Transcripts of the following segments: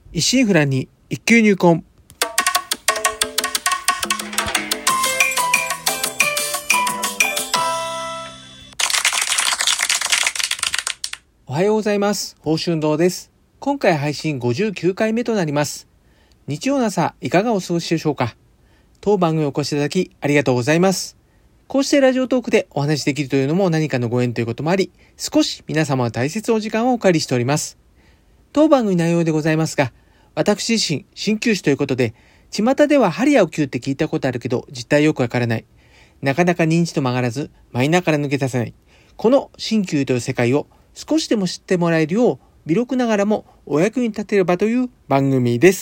一心不乱に一級入魂。おはようございます。宝春堂です。今回配信59回目となります。日曜の朝いかがお過ごしでしょうか。当番組をお越しいただきありがとうございます。こうしてラジオトークでお話しできるというのも何かのご縁ということもあり、少し皆様の大切なお時間をお借りしております。当番組内容でございますが、私自身鍼灸師ということで、巷では針やお灸って聞いたことあるけど実態よくわからない、なかなか認知と曲がらずマイナーから抜け出せない、この鍼灸という世界を少しでも知ってもらえるよう、微力ながらもお役に立てればという番組です。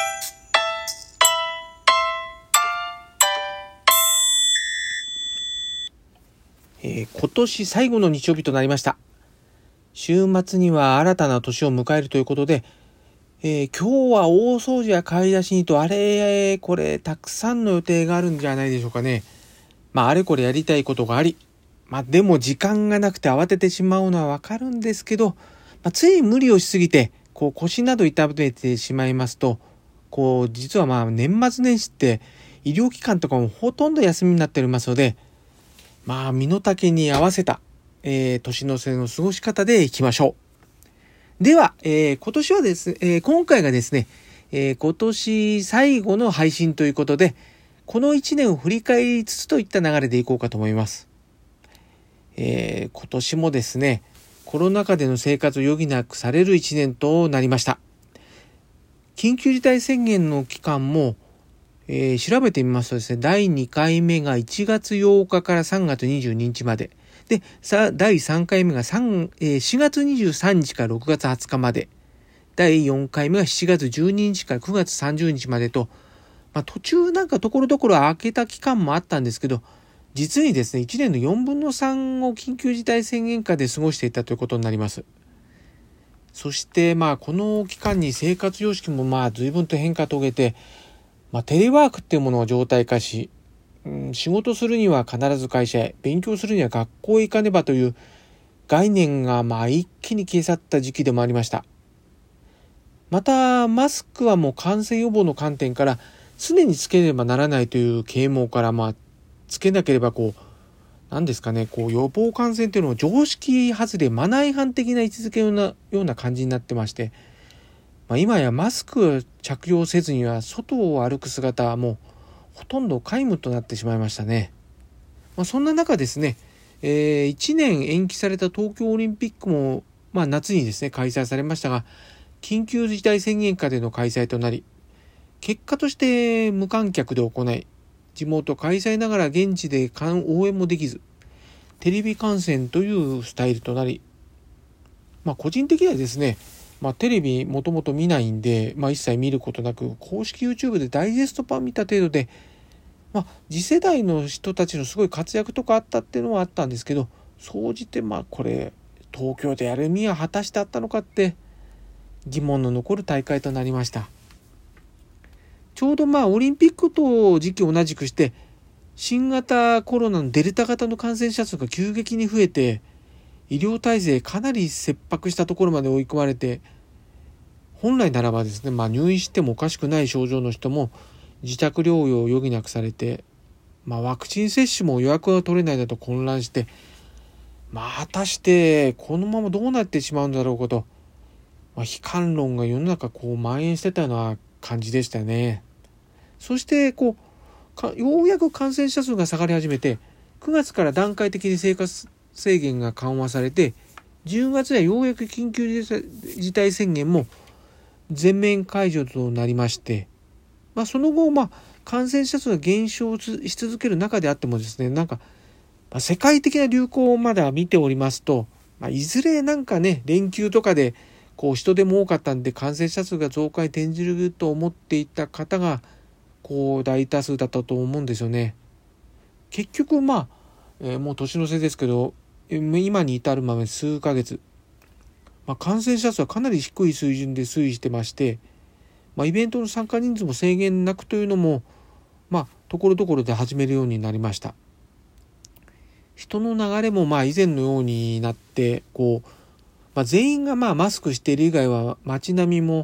今年最後の日曜日となりました。週末には新たな年を迎えるということで、今日は大掃除や買い出しにとあれこれたくさんの予定があるんじゃないでしょうかね。あれこれやりたいことがあり、でも時間がなくて慌ててしまうのはわかるんですけど、つい無理をしすぎて腰など痛めてしまいますと、実は年末年始って医療機関とかもほとんど休みになっておりますので、身の丈に合わせた、年の瀬の過ごし方でいきましょう。では、今年はですね、今回がですね、今年最後の配信ということで、この1年を振り返りつつといった流れでいこうかと思います。今年もですね、コロナ禍での生活を余儀なくされる1年となりました。緊急事態宣言の期間も、調べてみますとですね、第2回目が1月8日から3月22日まで。で、第3回目が4月23日から6月20日まで。第4回目が7月12日から9月30日までと、途中ところどころ空けた期間もあったんですけど、実にですね、1年の4分の3を緊急事態宣言下で過ごしていたということになります。そして、この期間に生活様式も随分と変化を遂げて、テレワークっていうものを常態化し、仕事するには必ず会社へ、勉強するには学校へ行かねばという概念が一気に消え去った時期でもありました。また、マスクはもう感染予防の観点から常につけねばならないという啓蒙から、つけなければ何ですかね、予防感染というのを常識外れ、マナー違反的な位置づけのような感じになってまして、今やマスクを着用せずには外を歩く姿はもうほとんど皆無となってしまいましたね。そんな中ですね、1年延期された東京オリンピックも、夏にですね開催されましたが、緊急事態宣言下での開催となり、結果として無観客で行い、地元開催ながら現地で応援もできず、テレビ観戦というスタイルとなり、個人的にはですね、テレビもともと見ないんで、一切見ることなく、公式 YouTube でダイジェスト版見た程度で、次世代の人たちのすごい活躍とかあったっていうのはあったんですけど、総じてこれ東京でやる意味は果たしてあったのかって疑問の残る大会となりました。ちょうどオリンピックと時期同じくして、新型コロナのデルタ型の感染者数が急激に増えて、医療体制かなり切迫したところまで追い込まれて、本来ならばですね、入院してもおかしくない症状の人も自宅療養を余儀なくされて、ワクチン接種も予約が取れないだと混乱して、果たしてこのままどうなってしまうんだろうかと、悲観論が世の中蔓延してたような感じでしたね。そしてようやく感染者数が下がり始めて、9月から段階的に生活制限が緩和されて、10月にはようやく緊急事態宣言も全面解除となりまして、その後感染者数が減少し続ける中であってもですね、世界的な流行をまだ見ておりますと、いずれ連休とかで人出も多かったんで感染者数が増加に転じると思っていた方が大多数だったと思うんですよね。結局もう年の瀬ですけど、今に至るまで数ヶ月、感染者数はかなり低い水準で推移してまして、イベントの参加人数も制限なくというのもところどころで始めるようになりました。人の流れも以前のようになって全員がマスクしている以外は街並みも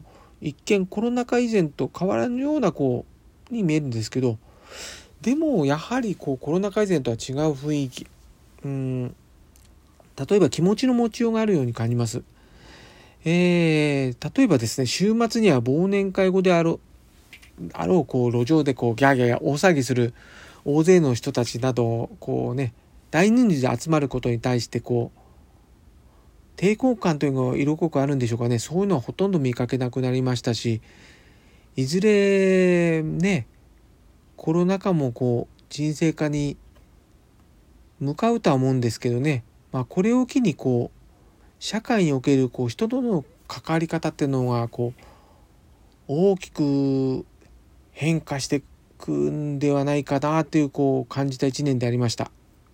一見コロナ禍以前と変わらぬようなに見えるんですけど、でもやはりコロナ禍以前とは違う雰囲気、例えば気持ちの持ちようがあるように感じます。例えばですね、週末には忘年会後であろう路上でギャーギャー大騒ぎする大勢の人たちなど大人数で集まることに対して抵抗感というのが色濃くあるんでしょうかね。そういうのはほとんど見かけなくなりましたし、いずれね、コロナ禍も沈静化に向かうとは思うんですけどね、これを機に社会における人との関わり方っていうのが大きく変化していくんではないかなという感じた一年でありました。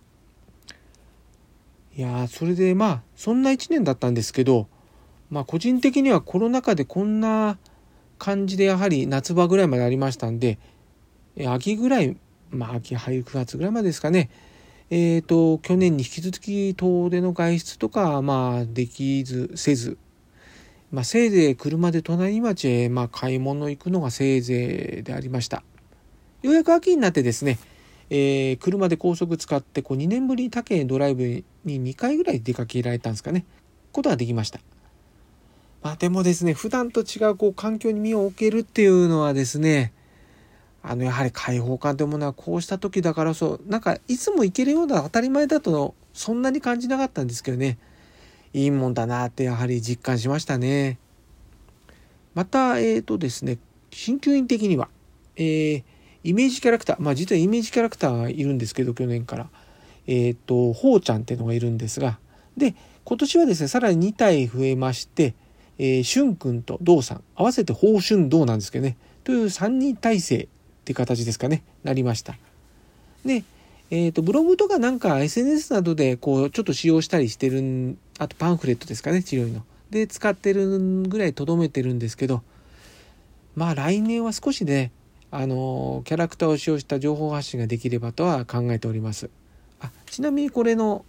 いやそれでそんな一年だったんですけど、個人的にはコロナ禍でこんな感じでやはり夏場ぐらいまでありましたんで、秋ぐらい秋入る9月ぐらいまでですかね、去年に引き続き遠出の外出とかできずせず、せいぜい車で隣町へ買い物行くのがせいぜいでありました。ようやく秋になってですね、車で高速使って2年ぶりに他県へドライブに2回ぐらい出かけられたんですかね、ことができました。でもですね、普段と違う環境に身を置けるっていうのはですね、やはり開放感というものはこうした時だからいつも行けるような当たり前だとそんなに感じなかったんですけどね、いいもんだなってやはり実感しましたね。またですね、鍼灸院的には、イメージキャラクター、実はイメージキャラクターがいるんですけど、去年からほうちゃんっていうのがいるんですが、で今年はですねさらに2体増えまして、しゅんくんとどうさん合わせてほうしゅんどうなんですけどね、という3人体制っていう形ですかね、なりました。でブログとかSNS などでちょっと使用したりしてる、あとパンフレットですかね、治療院ので使ってるぐらいとどめてるんですけど、来年は少しねキャラクターを使用した情報発信ができればとは考えております。ちなみにこれの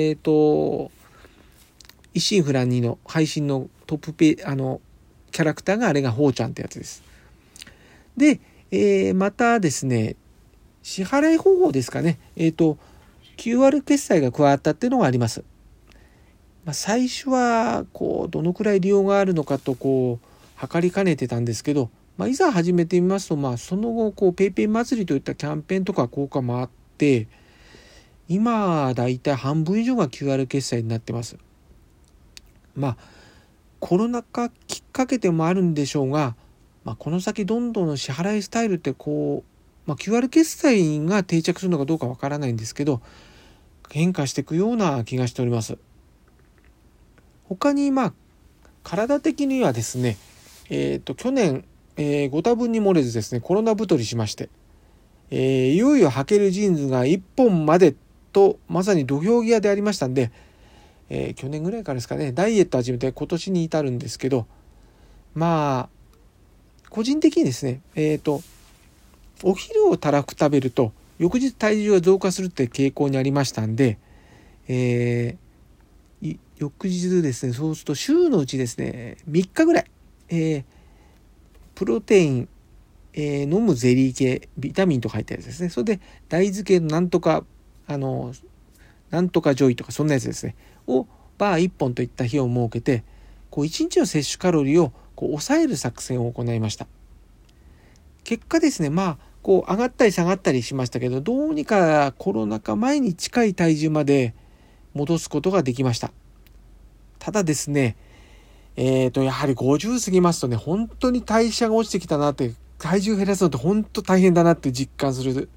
一心不乱にの配信のトップキャラクターがあれがほうちゃんってやつです。で、またですね、支払い方法ですかね、QR 決済が加わったっていうのがあります。最初はどのくらい利用があるのかと測りかねてたんですけど、いざ始めてみますと、その後ペイペイ祭りといったキャンペーンとか効果もあって、今だいたい半分以上が QR 決済になってます。コロナ禍きっかけでもあるんでしょうが、この先どんどん支払いスタイルってQR 決済が定着するのかどうかわからないんですけど、変化していくような気がしております。他に体的にはですね、去年、ご多分に漏れずですね、コロナ太りしまして、いよいよ履けるジーンズが1本までとまさに土俵際でありましたんで、去年ぐらいからですかね、ダイエット始めて今年に至るんですけど、個人的にですね、お昼をたらふく食べると翌日体重が増加するって傾向にありましたんで、翌日ですね、そうすると週のうちですね3日ぐらい、プロテイン、飲むゼリー系ビタミンと書いてあるやつですね、それで大豆系のなんとかなんとかジョイとかそんなやつですねを1本といった日を設けて1日の摂取カロリーを抑える作戦を行いました。結果ですね、上がったり下がったりしましたけど、どうにかコロナ禍前に近い体重まで戻すことができました。ただですね、やはり50過ぎますとね、本当に代謝が落ちてきたなって、体重減らすのって本当大変だなって実感する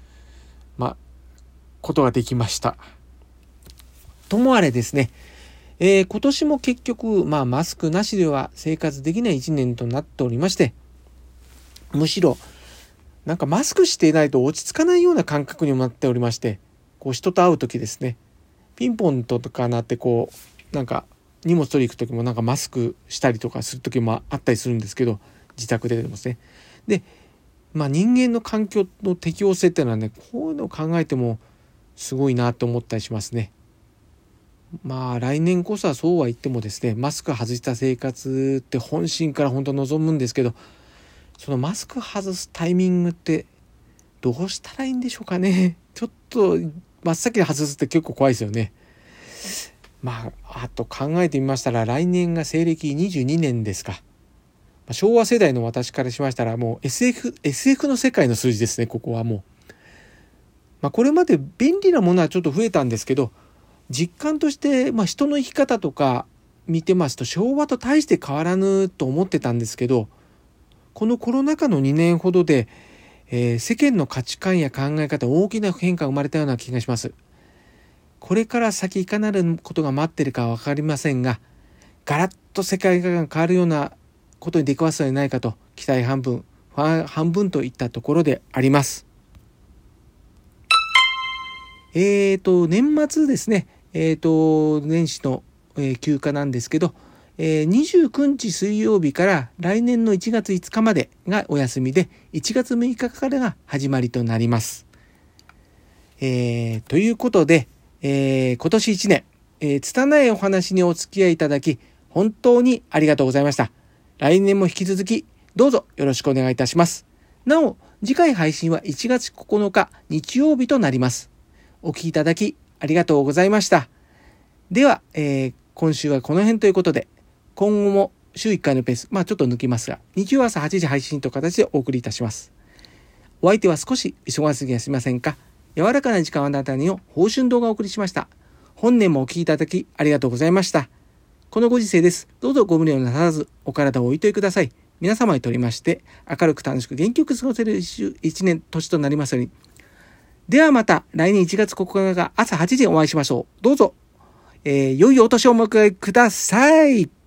ことができました。ともあれですね、今年も結局マスクなしでは生活できない1年となっておりまして、むしろマスクしていないと落ち着かないような感覚にもなっておりまして、人と会う時ですね、ピンポンとかなって荷物取り行く時もマスクしたりとかする時もあったりするんですけど、自宅でですね。で人間の環境の適応性っていうのはね、こういうのを考えてもすごいなと思ったりしますね。 来年こそはそうは言ってもですね、マスク外した生活って本心から本当望むんですけど、そのマスク外すタイミングってどうしたらいいんでしょうかね。ちょっと真っ先に外すって結構怖いですよね。あと考えてみましたら、来年が西暦22年ですか。昭和世代の私からしましたらもう SF の世界の数字ですね、ここはもう。これまで便利なものはちょっと増えたんですけど、実感として、人の生き方とか見てますと昭和と大して変わらぬと思ってたんですけど、このコロナ禍の2年ほどで、世間の価値観や考え方大きな変化が生まれたような気がします。これから先いかなることが待っているかは分かりませんが、ガラッと世界が変わるようなことに出くわすのではないかと期待半分不安半分といったところであります。年末ですね、年始の、休暇なんですけど、29日水曜日から来年の1月5日までがお休みで、1月6日からが始まりとなります。ということで、今年1年、拙いお話にお付き合いいただき本当にありがとうございました。来年も引き続きどうぞよろしくお願いいたします。なお、次回配信は1月9日日曜日となります。お聞きいただきありがとうございました。では、今週はこの辺ということで、今後も週1回のペース、ちょっと抜きますが、日曜朝8時配信という形でお送りいたします。お相手は少し忙しすぎやしませんか。柔らかな時間をあなたにを報春動画をお送りしました。本年もお聞きいただきありがとうございました。このご時世です。どうぞご無理をなさらずお体をおいといください。皆様にとりまして明るく楽しく元気よく過ごせる一年年となりますように。ではまた来年1月9日が朝8時にお会いしましょう。どうぞ、良いお年をお迎えください。